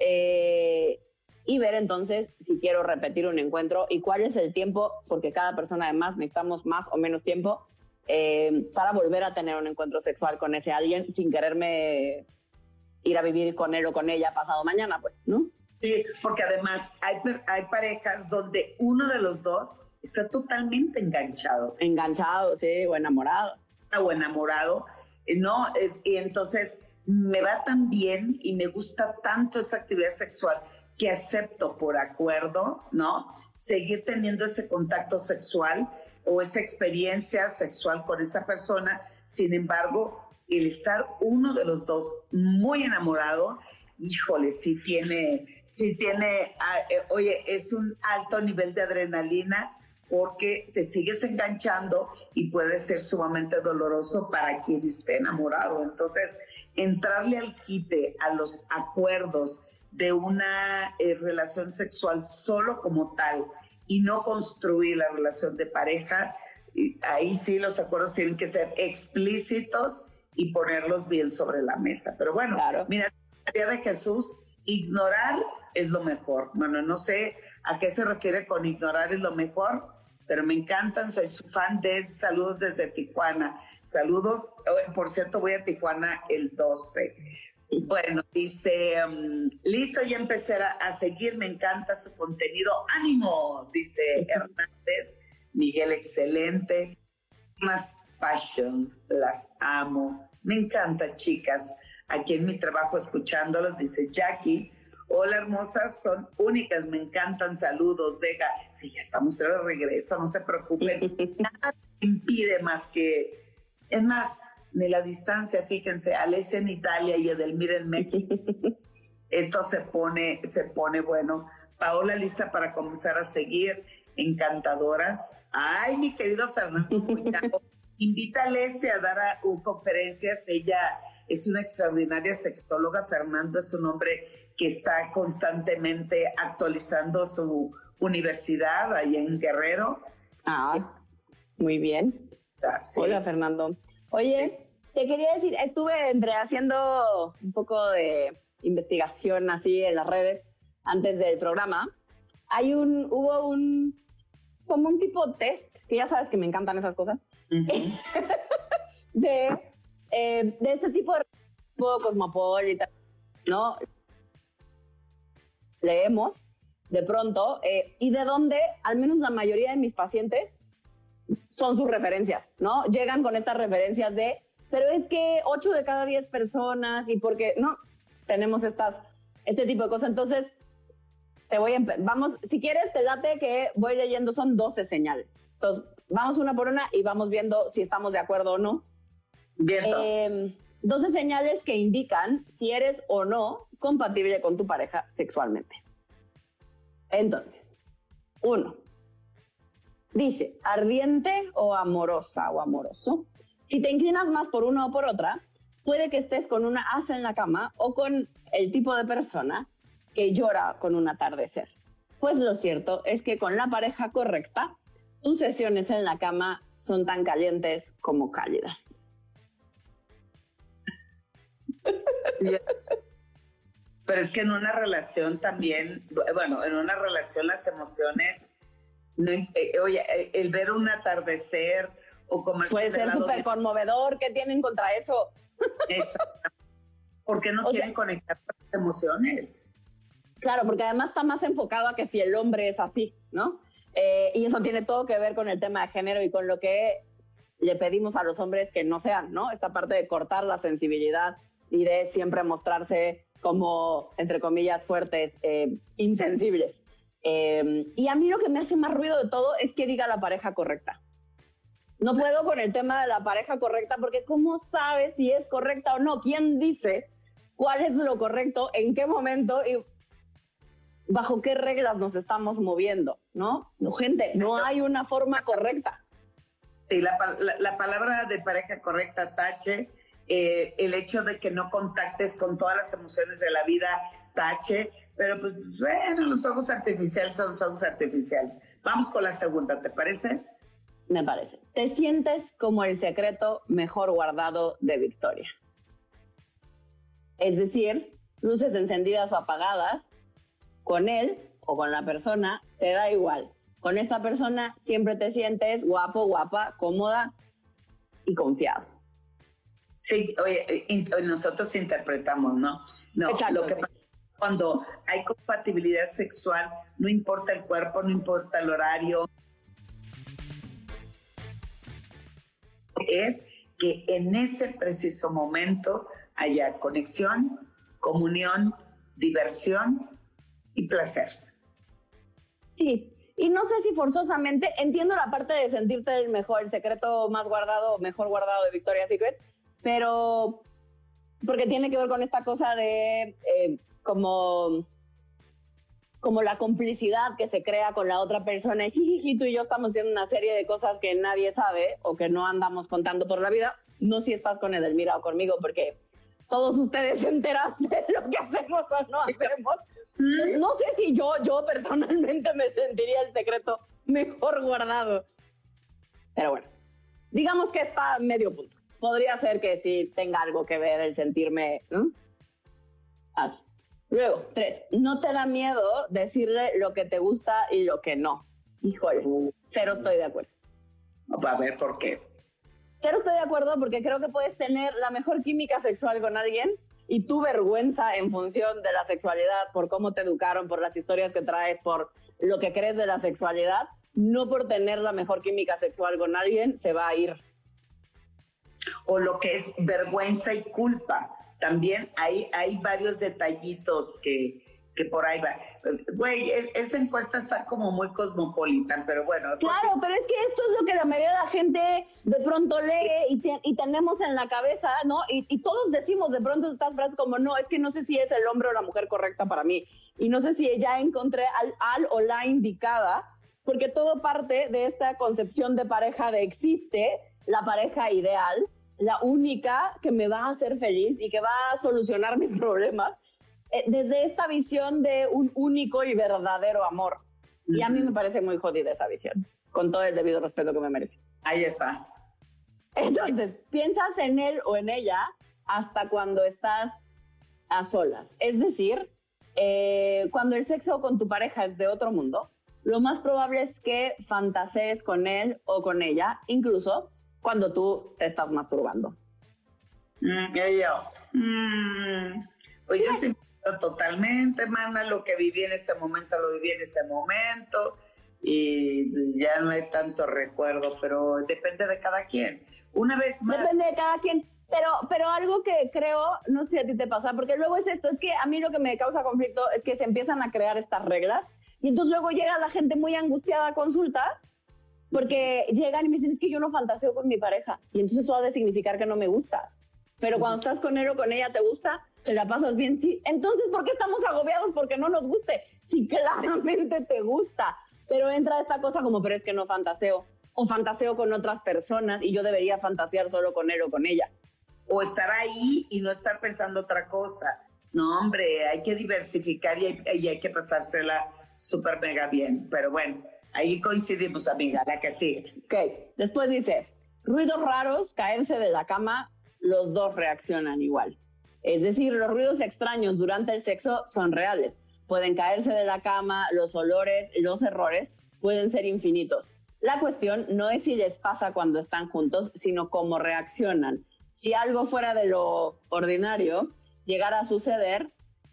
Y ver entonces si quiero repetir un encuentro y cuál es el tiempo, porque cada persona además necesitamos más o menos tiempo para volver a tener un encuentro sexual con ese alguien sin quererme ir a vivir con él o con ella pasado mañana, pues, ¿no? Sí, porque además hay parejas donde uno de los dos está totalmente enganchado. Enganchado, sí, o enamorado. O enamorado, ¿no? Y entonces me va tan bien y me gusta tanto esa actividad sexual que acepto por acuerdo, ¿no? Seguir teniendo ese contacto sexual o esa experiencia sexual con esa persona. Sin embargo, el estar uno de los dos muy enamorado, híjole, sí tiene, oye, es un alto nivel de adrenalina, porque te sigues enganchando y puede ser sumamente doloroso para quien esté enamorado. Entonces, entrarle al quite, a los acuerdos de una relación sexual solo como tal y no construir la relación de pareja, ahí sí los acuerdos tienen que ser explícitos y ponerlos bien sobre la mesa. Pero bueno, claro. Mira, María de Jesús, ignorar es lo mejor. Bueno, no sé a qué se refiere con ignorar es lo mejor, pero me encantan, soy su fan saludos desde Tijuana. Saludos, por cierto, voy a Tijuana el 12. Bueno, dice, listo, ya empecé a seguir, me encanta su contenido. ¡Ánimo! Dice Hernández. Miguel, excelente. Más passions, las amo. Me encanta, chicas. Aquí en mi trabajo escuchándolos, dice Jackie. Hola, hermosas, son únicas, me encantan, saludos, Vega. Sí, ya estamos de regreso, no se preocupen. Nada impide más que, es más, ni la distancia, fíjense, Alessia en Italia y Edelmira en México. Esto se pone bueno. Paola, lista para comenzar a seguir. Encantadoras. Ay, mi querido Fernando, invita a Alessia a dar conferencias. Ella es una extraordinaria sexóloga. Fernando es un hombre que está constantemente actualizando su universidad ahí en Guerrero. Ah, muy bien. Sí. Hola, Fernando. Oye, te quería decir, estuve haciendo un poco de investigación así en las redes antes del programa. Hubo como un tipo test, que ya sabes que me encantan esas cosas, de este tipo de cosmopolita, ¿no? Leemos de pronto, y de donde al menos la mayoría de mis pacientes son sus referencias, ¿no? Llegan con estas referencias pero es que 8 de cada 10 personas, y porque no, tenemos este tipo de cosas. Entonces, vamos, si quieres, te date que voy leyendo, son 12 señales. Entonces, vamos una por una y vamos viendo si estamos de acuerdo o no. Bien. 12 señales que indican si eres o no compatible con tu pareja sexualmente. Entonces, 1. Dice, ardiente o amorosa o amoroso. Si te inclinas más por una o por otra, puede que estés con una asa en la cama o con el tipo de persona que llora con un atardecer. Pues lo cierto es que con la pareja correcta, tus sesiones en la cama son tan calientes como cálidas. Pero es que en una relación también, bueno, en una relación las emociones, oye, el ver un atardecer o comer... Puede ser súper conmovedor. ¿Qué tienen contra eso? Exacto. ¿Por qué no quieren conectar con las emociones? Claro, porque además está más enfocado a que si el hombre es así, ¿no? Y eso tiene todo que ver con el tema de género y con lo que le pedimos a los hombres que no sean, ¿no? Esta parte de cortar la sensibilidad y de siempre mostrarse como, entre comillas, fuertes, insensibles. Y a mí lo que me hace más ruido de todo es que diga la pareja correcta. No puedo con el tema de la pareja correcta porque ¿cómo sabes si es correcta o no? ¿Quién dice cuál es lo correcto, en qué momento y bajo qué reglas nos estamos moviendo, ¿no? No, gente, no hay una forma correcta. Sí, la palabra de pareja correcta, tache. El hecho de que no contactes con todas las emociones de la vida, tache. Pero pues bueno, los fuegos artificiales son fuegos artificiales. Vamos con la segunda, ¿te parece? Me parece. Te sientes como el secreto mejor guardado de Victoria. Es decir, luces encendidas o apagadas, con él o con la persona, te da igual. Con esta persona siempre te sientes guapo, guapa, cómoda y confiado. Sí, oye, nosotros interpretamos, ¿no? No, exacto, lo que pasa cuando hay compatibilidad sexual, no importa el cuerpo, no importa el horario, es que en ese preciso momento haya conexión, comunión, diversión y placer. Sí, y no sé si forzosamente, entiendo la parte de sentirte el secreto más guardado, mejor guardado de Victoria's Secret, pero porque tiene que ver con esta cosa de como la complicidad que se crea con la otra persona. Jijiji, tú y yo estamos haciendo una serie de cosas que nadie sabe o que no andamos contando por la vida. No si estás con Edelmira o conmigo, porque todos ustedes se enteran de lo que hacemos o no hacemos. No sé si yo personalmente me sentiría el secreto mejor guardado. Pero bueno, digamos que está medio punto. Podría ser que sí tenga algo que ver el sentirme, ¿no? Así. Luego, 3, no te da miedo decirle lo que te gusta y lo que no. Híjole, cero estoy de acuerdo. A ver, ¿por qué? Cero estoy de acuerdo porque creo que puedes tener la mejor química sexual con alguien y tu vergüenza en función de la sexualidad, por cómo te educaron, por las historias que traes, por lo que crees de la sexualidad, no por tener la mejor química sexual con alguien, se va a ir. O lo que es vergüenza y culpa. También hay varios detallitos que por ahí va. Güey, esa encuesta está como muy cosmopolita, pero bueno. Claro, pero es que esto es lo que la mayoría de la gente de pronto lee y tenemos en la cabeza, ¿no? Y todos decimos de pronto estas frases como, no, es que no sé si es el hombre o la mujer correcta para mí. Y no sé si ya encontré al o la indicada, porque todo parte de esta concepción de pareja de existe la pareja ideal, la única que me va a hacer feliz y que va a solucionar mis problemas, desde esta visión de un único y verdadero amor. Y a mí me parece muy jodida esa visión, con todo el debido respeto que me merece. Ahí está. Entonces, piensas en él o en ella hasta cuando estás a solas. Es decir, cuando el sexo con tu pareja es de otro mundo, lo más probable es que fantasees con él o con ella, incluso cuando tú te estás masturbando. Pues yo sí, totalmente, mana, lo que viví en ese momento, lo viví en ese momento y ya no hay tanto recuerdo, pero depende de cada quien. Una vez más. Depende de cada quien, pero algo que creo, no sé si a ti te pasa, porque luego es esto, es que a mí lo que me causa conflicto es que se empiezan a crear estas reglas y entonces luego llega la gente muy angustiada a consulta porque llegan y me dicen, es que yo no fantaseo con mi pareja y entonces eso ha de significar que no me gusta. Pero cuando estás con él o con ella, ¿te gusta? ¿Te la pasas bien? Sí. Entonces, ¿por qué estamos agobiados porque no nos guste? Sí, claramente te gusta. Pero entra esta cosa como, pero es que no fantaseo. O fantaseo con otras personas y yo debería fantasear solo con él o con ella. O estar ahí y no estar pensando otra cosa. No, hombre, hay que diversificar y hay que pasársela súper mega bien. Pero bueno, ahí coincidimos, amiga, la que sigue. Ok, después dice, ruidos raros, caerse de la cama, los dos reaccionan igual. Es decir, los ruidos extraños durante el sexo son reales. Pueden caerse de la cama, los olores, los errores pueden ser infinitos. La cuestión no es si les pasa cuando están juntos, sino cómo reaccionan. Si algo fuera de lo ordinario llegara a suceder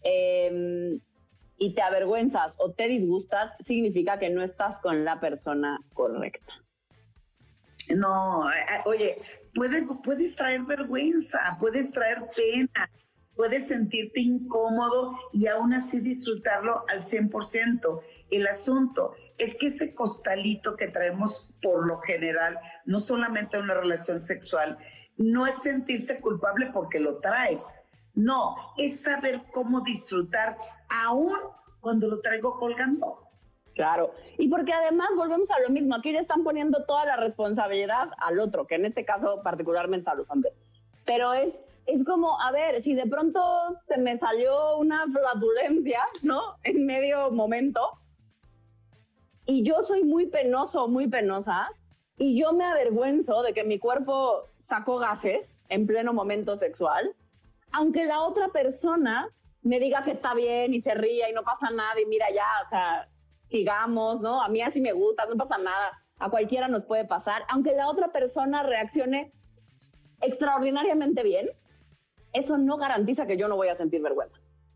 y te avergüenzas o te disgustas, significa que no estás con la persona correcta. No, oye, puedes traer vergüenza, puedes traer pena, puedes sentirte incómodo y aún así disfrutarlo al 100%. El asunto es que ese costalito que traemos por lo general, no solamente en una relación sexual, no es sentirse culpable porque lo traes. No, es saber cómo disfrutar aún cuando lo traigo colgando. Claro, y porque además volvemos a lo mismo, aquí le están poniendo toda la responsabilidad al otro, que en este caso particularmente a los hombres. Pero es como, a ver, si de pronto se me salió una flatulencia, ¿no? En medio momento, y yo soy muy penoso, muy penosa, y yo me avergüenzo de que mi cuerpo sacó gases en pleno momento sexual, aunque la otra persona me diga que está bien y se ría y no pasa nada y mira ya, o sea, sigamos, ¿no? A mí así me gusta, no pasa nada, a cualquiera nos puede pasar, aunque la otra persona reaccione extraordinariamente bien, eso no garantiza que yo no voy a sentir vergüenza.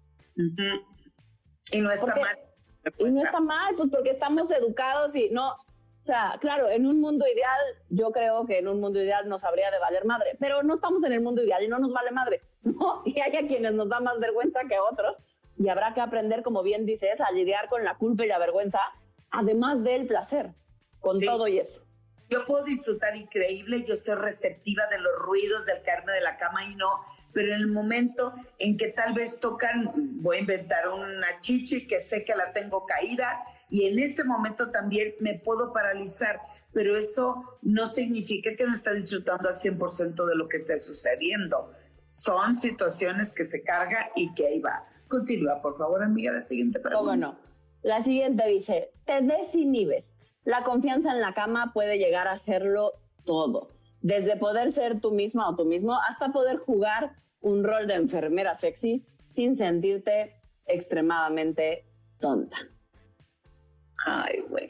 Y no está mal. Y no está mal, pues porque estamos educados y no, o sea, claro, en un mundo ideal, yo creo que en un mundo ideal nos habría de valer madre, pero no estamos en el mundo ideal y no nos vale madre, ¿no? Y hay a quienes nos da más vergüenza que otros y habrá que aprender, como bien dices, a lidiar con la culpa y la vergüenza, además del placer, con todo y eso. Yo puedo disfrutar increíble, yo estoy receptiva de los ruidos, del caerme de la cama y no, pero en el momento en que tal vez tocan, voy a inventar una chichi que sé que la tengo caída y en ese momento también me puedo paralizar, pero eso no significa que no está disfrutando al 100% de lo que esté sucediendo. Son situaciones que se carga y que ahí va. Continúa, por favor, amiga, la siguiente pregunta. ¿Cómo no? La siguiente dice, te desinhibes. La confianza en la cama puede llegar a serlo todo. Desde poder ser tú misma o tú mismo hasta poder jugar un rol de enfermera sexy sin sentirte extremadamente tonta. Ay, güey.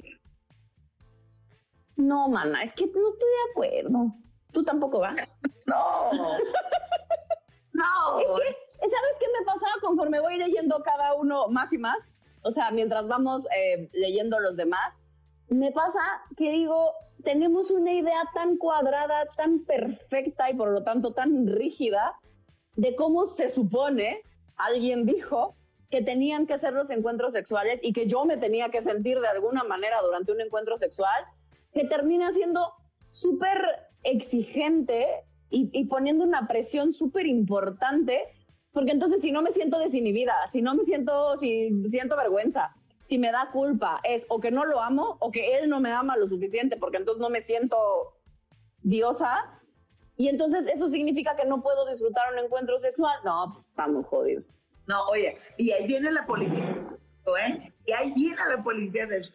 No, mana, es que no estoy de acuerdo. ¿Tú tampoco vas? No. No. Es sabes qué me pasa conforme voy leyendo cada uno más y más? O sea, mientras vamos leyendo los demás, me pasa que digo, tenemos una idea tan cuadrada, tan perfecta y por lo tanto tan rígida de cómo se supone, alguien dijo, que tenían que ser los encuentros sexuales y que yo me tenía que sentir de alguna manera durante un encuentro sexual, que termina siendo súper exigente y poniendo una presión súper importante, porque entonces si no me siento desinhibida, si siento vergüenza, si me da culpa, es o que no lo amo o que él no me ama lo suficiente, porque entonces no me siento diosa, y entonces eso significa que no puedo disfrutar un encuentro sexual. No, pues estamos jodidos. No, oye, y ahí viene la policía, ¿eh? Y ahí viene la policía del...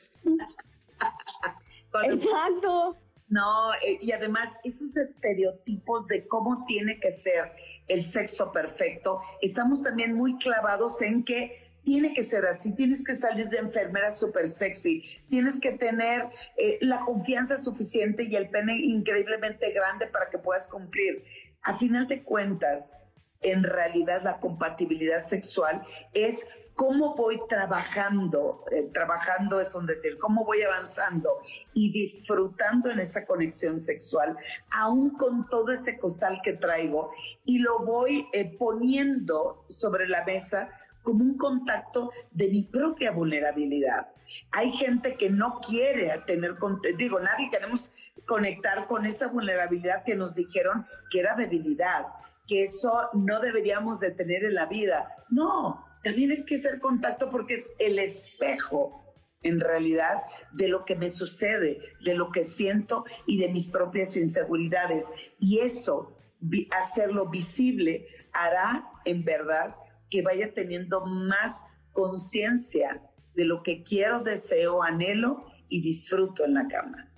Exacto. No, y además esos estereotipos de cómo tiene que ser el sexo perfecto, estamos también muy clavados en que tiene que ser así, tienes que salir de enfermera súper sexy, tienes que tener la confianza suficiente y el pene increíblemente grande para que puedas cumplir. A final de cuentas, en realidad la compatibilidad sexual es cómo voy trabajando es un decir, cómo voy avanzando y disfrutando en esa conexión sexual, aún con todo ese costal que traigo, y lo voy poniendo sobre la mesa como un contacto de mi propia vulnerabilidad. Hay gente que no quiere tener, nadie queremos conectar con esa vulnerabilidad que nos dijeron que era debilidad, que eso no deberíamos de tener en la vida. No, también es que hacer contacto porque es el espejo, en realidad, de lo que me sucede, de lo que siento y de mis propias inseguridades. Y eso, hacerlo visible, hará, en verdad, que vaya teniendo más conciencia de lo que quiero, deseo, anhelo y disfruto en la cama.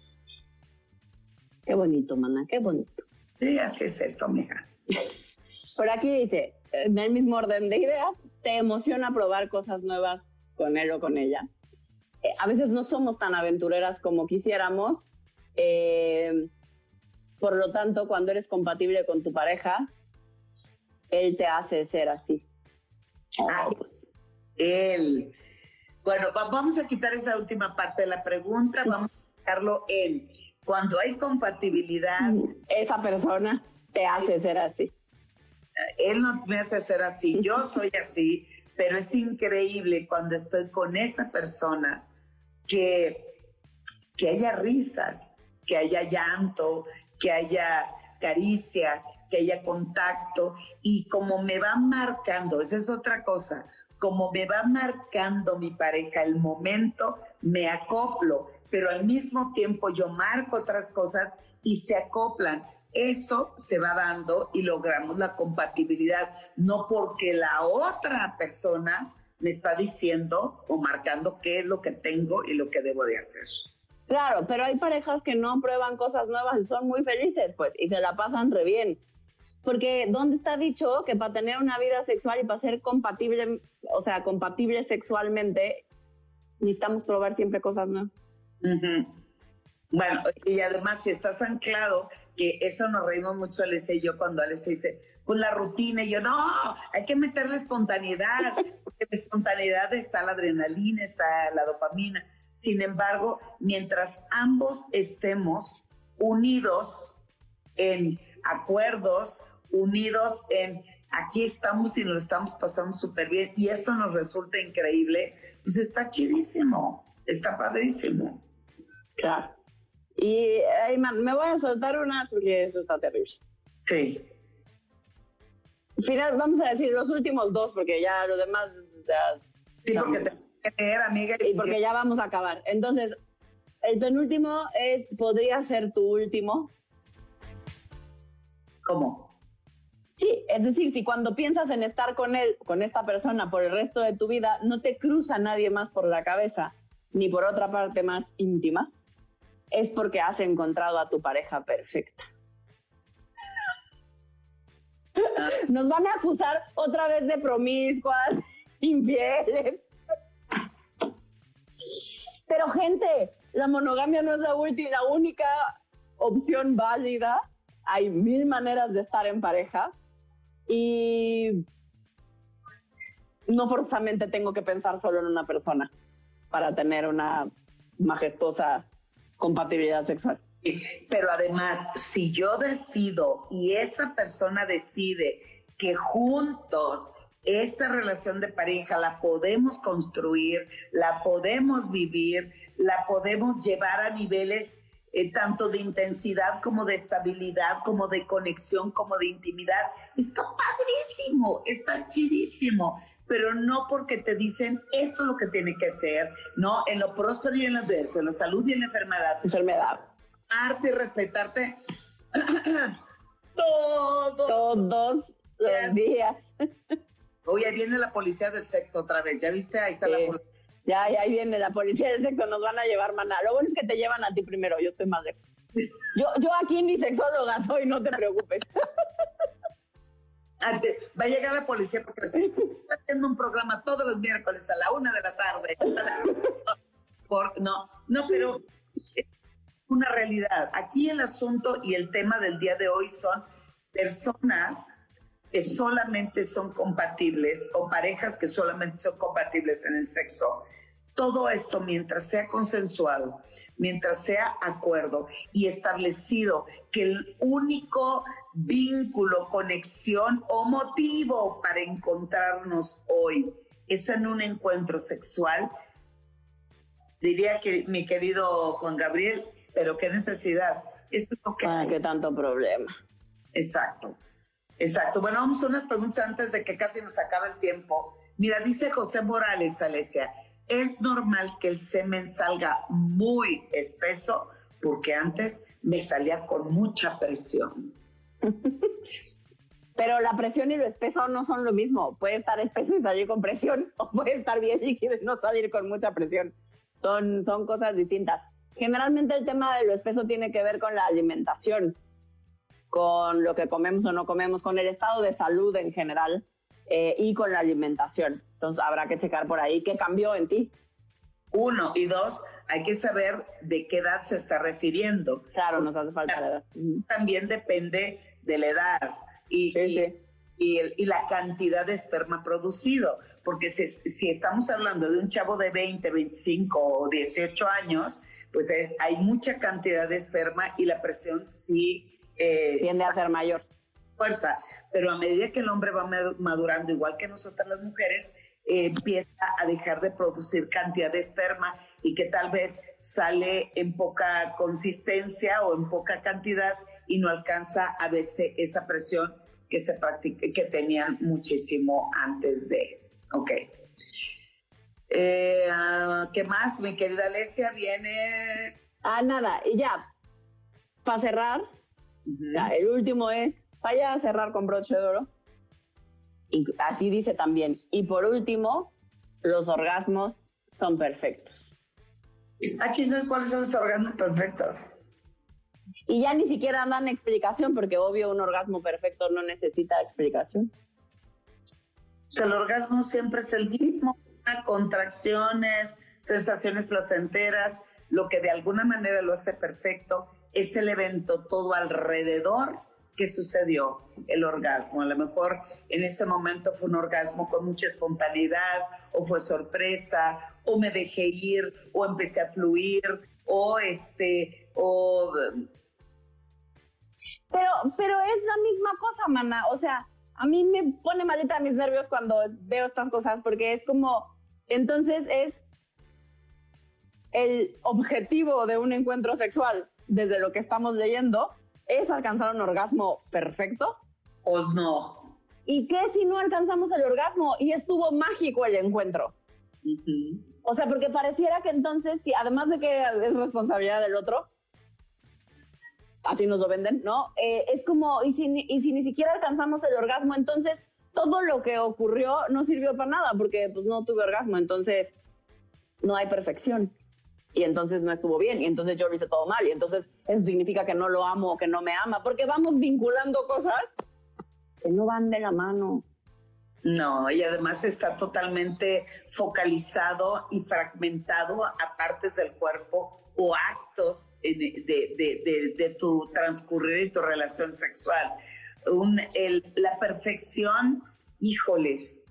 Qué bonito, mana, qué bonito. Sí, así es esto, mija. Por aquí dice, en el mismo orden de ideas, ¿te emociona probar cosas nuevas con él o con ella? A veces no somos tan aventureras como quisiéramos. Por lo tanto, cuando eres compatible con tu pareja, él te hace ser así. Él. Bueno, vamos a quitar esa última parte de la pregunta, vamos a dejarlo él. Cuando hay compatibilidad... Esa persona te hace ser así. Él no me hace ser así, yo soy así, pero es increíble cuando estoy con esa persona que haya risas, que haya llanto, que haya caricia, que haya contacto, y como me va marcando, esa es otra cosa, como me va marcando mi pareja el momento, me acoplo, pero al mismo tiempo yo marco otras cosas y se acoplan. Eso se va dando y logramos la compatibilidad, no porque la otra persona me está diciendo o marcando qué es lo que tengo y lo que debo de hacer. Claro, pero hay parejas que no prueban cosas nuevas y son muy felices, pues, y se la pasan re bien. Porque ¿dónde está dicho que para tener una vida sexual y para ser compatible, o sea, compatible sexualmente, necesitamos probar siempre cosas nuevas? Uh-huh. Bueno, y además si estás anclado, que eso nos reímos mucho Alessia y yo cuando Alessia dice, pues la rutina, y yo, no, hay que meterle espontaneidad, porque en la espontaneidad está la adrenalina, está la dopamina. Sin embargo, mientras ambos estemos unidos en acuerdos, unidos en aquí estamos y nos estamos pasando súper bien, y esto nos resulta increíble, pues está chidísimo, está padrísimo. Claro. Y me voy a soltar una porque eso está terrible. Sí. Final, vamos a decir los últimos dos porque ya los demás... Sí, porque te que leer, amiga. Y porque ya vamos a acabar. Entonces, el penúltimo es, ¿podría ser tu último? ¿Cómo? Sí, es decir, si cuando piensas en estar con él, con esta persona por el resto de tu vida, no te cruza nadie más por la cabeza, ni por otra parte más íntima, es porque has encontrado a tu pareja perfecta. Nos van a acusar otra vez de promiscuas, infieles. Pero gente, la monogamia no es la única opción válida. Hay 1000 maneras de estar en pareja. Y no forzosamente tengo que pensar solo en una persona para tener una majestuosa compatibilidad sexual. Pero además, si yo decido y esa persona decide que juntos esta relación de pareja la podemos construir, la podemos vivir, la podemos llevar a niveles tanto de intensidad como de estabilidad, como de conexión, como de intimidad, está padrísimo, está chidísimo. Pero no porque te dicen esto es lo que tiene que ser, no, en lo próspero y en lo adverso, en la salud y en la enfermedad. Amarte y respetarte todos los días. Oye, ahí viene la policía del sexo otra vez, ¿ya viste? Ahí está la policía. Ya ahí viene la policía del sexo, nos van a llevar, maná. Lo bueno es que te llevan a ti primero, yo estoy más lejos. Yo aquí ni sexóloga soy, no te preocupes. Va a llegar la policía porque está haciendo un programa todos los miércoles a la 1 de la tarde. No, pero es una realidad. Aquí el asunto y el tema del día de hoy son personas que solamente son compatibles o parejas que solamente son compatibles en el sexo. Todo esto mientras sea consensuado, mientras sea acuerdo y establecido que el único vínculo, conexión o motivo para encontrarnos hoy es en un encuentro sexual, diría que mi querido Juan Gabriel, pero qué necesidad. Esto es lo que qué tanto problema. Exacto. Bueno, vamos a unas preguntas antes de que casi nos acabe el tiempo. Mira, dice José Morales, Alesia, es normal que el semen salga muy espeso porque antes me salía con mucha presión. Pero la presión y lo espeso no son lo mismo. Puede estar espeso y salir con presión, o puede estar bien líquido y no salir con mucha presión. Son cosas distintas. Generalmente el tema de lo espeso tiene que ver con la alimentación, con lo que comemos o no comemos, con el estado de salud en general y con la alimentación. Entonces habrá que checar por ahí qué cambió en ti. 1 y 2, hay que saber de qué edad se está refiriendo. Claro, nos hace falta la edad. También depende de la edad y la cantidad de esperma producido. Porque si estamos hablando de un chavo de 20, 25 o 18 años, pues hay mucha cantidad de esperma y la presión sí tiende a ser mayor. Fuerza, pero a medida que el hombre va madurando, igual que nosotras las mujeres, empieza a dejar de producir cantidad de esperma y que tal vez sale en poca consistencia o en poca cantidad y no alcanza a verse esa presión que tenían muchísimo antes de. Ok. ¿Qué más, mi querida Alesia? Viene... nada, y ya, para cerrar, ya, el último es, vaya a cerrar con broche de oro. Y así dice también. Y por último, los orgasmos son perfectos. Chingos, ¿cuáles son los orgasmos perfectos? Y ya ni siquiera dan explicación, porque obvio un orgasmo perfecto no necesita explicación. O sea, el orgasmo siempre es el mismo, contracciones, sensaciones placenteras, lo que de alguna manera lo hace perfecto es el evento todo alrededor que sucedió, el orgasmo. A lo mejor en ese momento fue un orgasmo con mucha espontaneidad, o fue sorpresa, o me dejé ir, o empecé a fluir, Pero es la misma cosa, mana. O sea, a mí me pone malita mis nervios cuando veo estas cosas, porque es como, entonces es el objetivo de un encuentro sexual, desde lo que estamos leyendo, es alcanzar un orgasmo perfecto. Pues no. ¿Y qué si no alcanzamos el orgasmo y estuvo mágico el encuentro? O sea, porque pareciera que entonces, si además de que es responsabilidad del otro, así nos lo venden, ¿no? Es como, y si ni siquiera alcanzamos el orgasmo, entonces todo lo que ocurrió no sirvió para nada, porque pues no tuve orgasmo, entonces no hay perfección. Y entonces no estuvo bien, y entonces yo lo hice todo mal, y entonces eso significa que no lo amo o que no me ama, porque vamos vinculando cosas que no van de la mano. No, y además está totalmente focalizado y fragmentado a partes del cuerpo o actos de tu transcurrir y tu relación sexual. La perfección, híjole,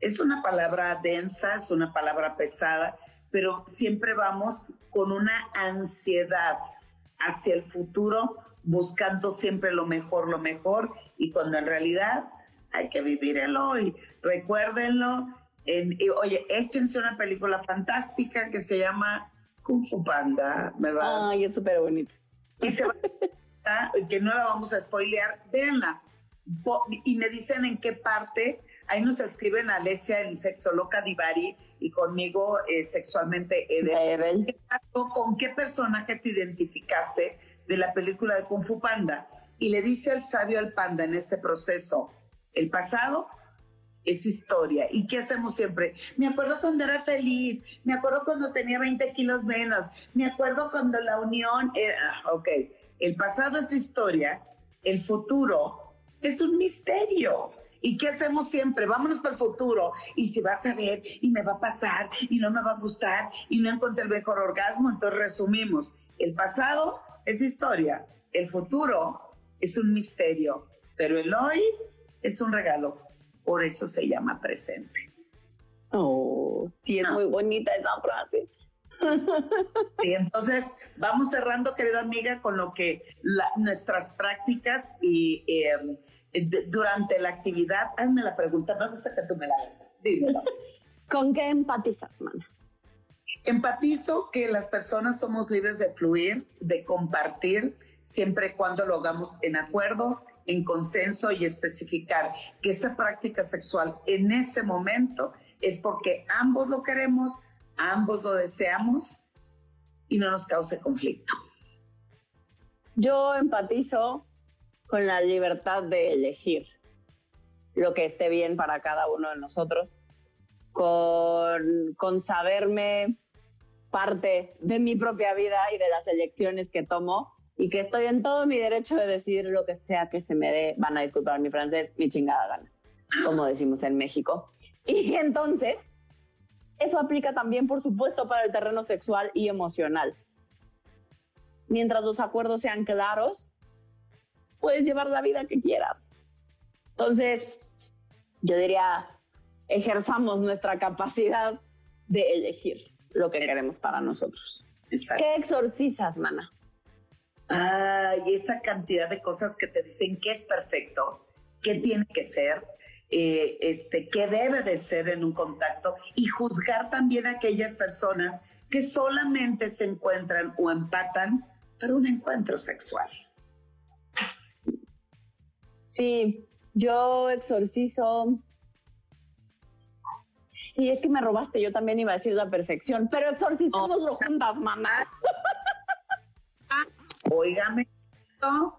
Es una palabra densa, es una palabra pesada, pero siempre vamos con una ansiedad hacia el futuro, buscando siempre lo mejor, y cuando en realidad hay que vivir el hoy. Recuérdenlo. Oye, échense una película fantástica que se llama Kung Fu Panda, ¿verdad? Ay, es súper bonito. Y se va que no la vamos a spoilear, véanla. Y me dicen en qué parte, ahí nos escriben Alesia en Sexoloca Divari y conmigo sexualmente Edel. ¿Con qué personaje te identificaste de la película de Kung Fu Panda? Y le dice al sabio al panda en este proceso, el pasado es historia. ¿Y qué hacemos siempre? Me acuerdo cuando era feliz, me acuerdo cuando tenía 20 kilos menos, me acuerdo cuando la unión era... Ok, el pasado es historia, el futuro es un misterio. ¿Y qué hacemos siempre? Vámonos para el futuro. Y si vas a ver, y me va a pasar, y no me va a gustar, y no encontré el mejor orgasmo, entonces resumimos. El pasado es historia, el futuro es un misterio, pero el hoy es un regalo. Por eso se llama presente. Oh, sí, es muy bonita esa frase. Sí, entonces vamos cerrando, querida amiga, con lo que nuestras prácticas y durante la actividad. Hazme la pregunta, me gusta que tú me la hagas. Dímelo. ¿Con qué empatizas, mana? Empatizo que las personas somos libres de fluir, de compartir, siempre y cuando lo hagamos en acuerdo, en consenso, y especificar que esa práctica sexual en ese momento es porque ambos lo queremos, ambos lo deseamos y no nos cause conflicto. Yo empatizo con la libertad de elegir lo que esté bien para cada uno de nosotros, con saberme parte de mi propia vida y de las elecciones que tomo, y que estoy en todo mi derecho de decidir lo que sea que se me dé, van a disculpar mi francés, mi chingada gana, como decimos en México. Y entonces, eso aplica también, por supuesto, para el terreno sexual y emocional. Mientras los acuerdos sean claros, puedes llevar la vida que quieras. Entonces, yo diría, ejerzamos nuestra capacidad de elegir lo que queremos para nosotros. Exacto. ¿Qué exorcizas, mana? Y esa cantidad de cosas que te dicen que es perfecto, que tiene que ser, que debe de ser en un contacto, y juzgar también a aquellas personas que solamente se encuentran o empatan para un encuentro sexual. Sí, yo exorcizo... Sí, es que me robaste, yo también iba a decir la perfección, pero exorcicémoslo juntas, mamá. Óigame, ¿no?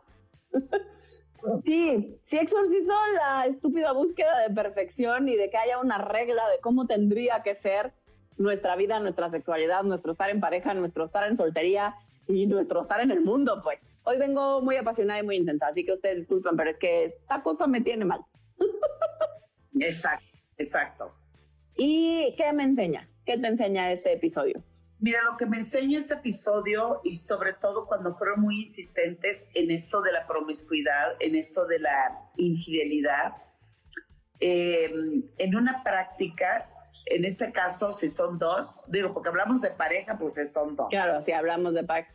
Sí, exorcizo la estúpida búsqueda de perfección y de que haya una regla de cómo tendría que ser nuestra vida, nuestra sexualidad, nuestro estar en pareja, nuestro estar en soltería y nuestro estar en el mundo, pues. Hoy vengo muy apasionada y muy intensa, así que ustedes disculpen, pero es que esta cosa me tiene mal. Exacto. ¿Y qué me enseña? ¿Qué te enseña este episodio? Mira, lo que me enseña este episodio, y sobre todo cuando fueron muy insistentes en esto de la promiscuidad, en esto de la infidelidad, en una práctica, en este caso, si son dos, digo, porque hablamos de pareja, pues son dos. Claro, si hablamos de pareja.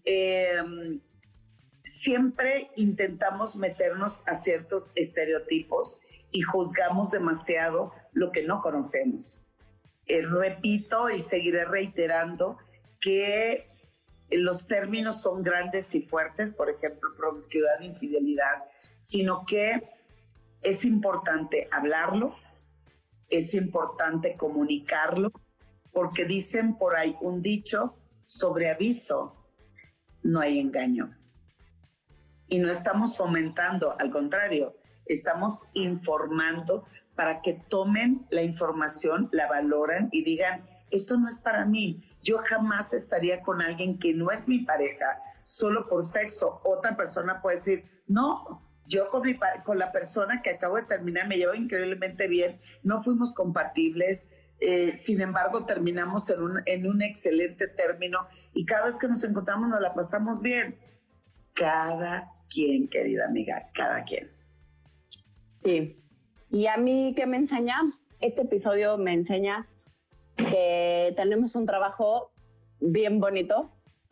Siempre intentamos meternos a ciertos estereotipos y juzgamos demasiado lo que no conocemos. Repito y seguiré reiterando que los términos son grandes y fuertes, por ejemplo, promiscuidad, infidelidad, sino que es importante hablarlo, es importante comunicarlo, porque dicen por ahí un dicho, sobre aviso no hay engaño. Y no estamos fomentando, al contrario, estamos informando para que tomen la información, la valoren y digan, esto no es para mí. Yo jamás estaría con alguien que no es mi pareja, solo por sexo. Otra persona puede decir, no, yo con la persona que acabo de terminar me llevo increíblemente bien, no fuimos compatibles, sin embargo terminamos en un excelente término y cada vez que nos encontramos nos la pasamos bien. Cada quien, querida amiga, cada quien. Sí. ¿Y a mí qué me enseña? este episodio me enseña que tenemos un trabajo bien bonito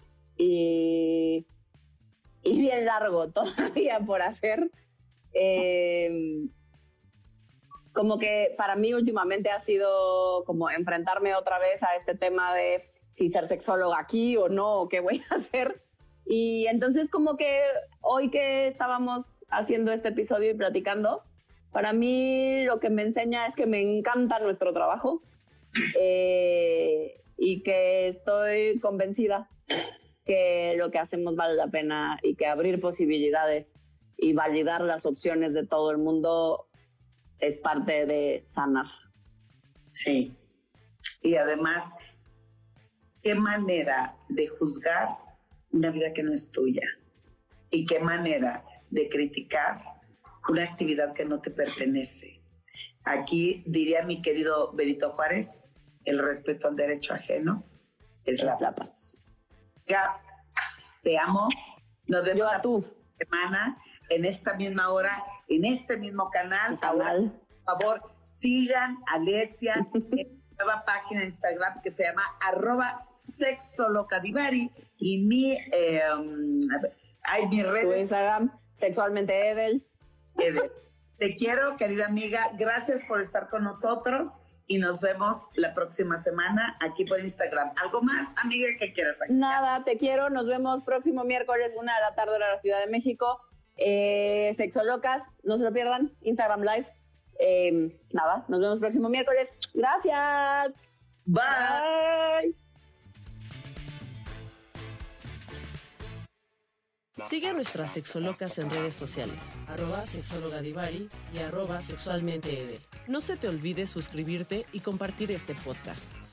y bien largo todavía por hacer. Como que para mí últimamente ha sido como enfrentarme otra vez a este tema de si ser sexóloga aquí o no, o qué voy a hacer. Y entonces como que hoy que estábamos haciendo este episodio y platicando, para mí lo que me enseña es que me encanta nuestro trabajo y que estoy convencida que lo que hacemos vale la pena y que abrir posibilidades y validar las opciones de todo el mundo es parte de sanar. Sí. Y además, qué manera de juzgar una vida que no es tuya y qué manera de criticar una actividad que no te pertenece. Aquí diría mi querido Benito Juárez, el respeto al derecho ajeno es la paz. Ya, te amo. Nos vemos la semana en esta misma hora, en este mismo canal. Ahora, por favor, sigan a Alesia en nueva página de Instagram que se llama @sexolocadivari y mi redes. Tu Instagram, sexualmente Edel. Te quiero, querida amiga. Gracias por estar con nosotros y nos vemos la próxima semana aquí por Instagram. ¿Algo más, amiga, que quieras agregar? Nada, te quiero. Nos vemos próximo miércoles, 1 de la tarde, hora de la Ciudad de México. Sexolocas, no se lo pierdan. Instagram Live. Nada, nos vemos próximo miércoles. Gracias. Bye. Sigue a nuestras sexolocas en redes sociales, @sexologadivari y @sexualmenteedel. No se te olvide suscribirte y compartir este podcast.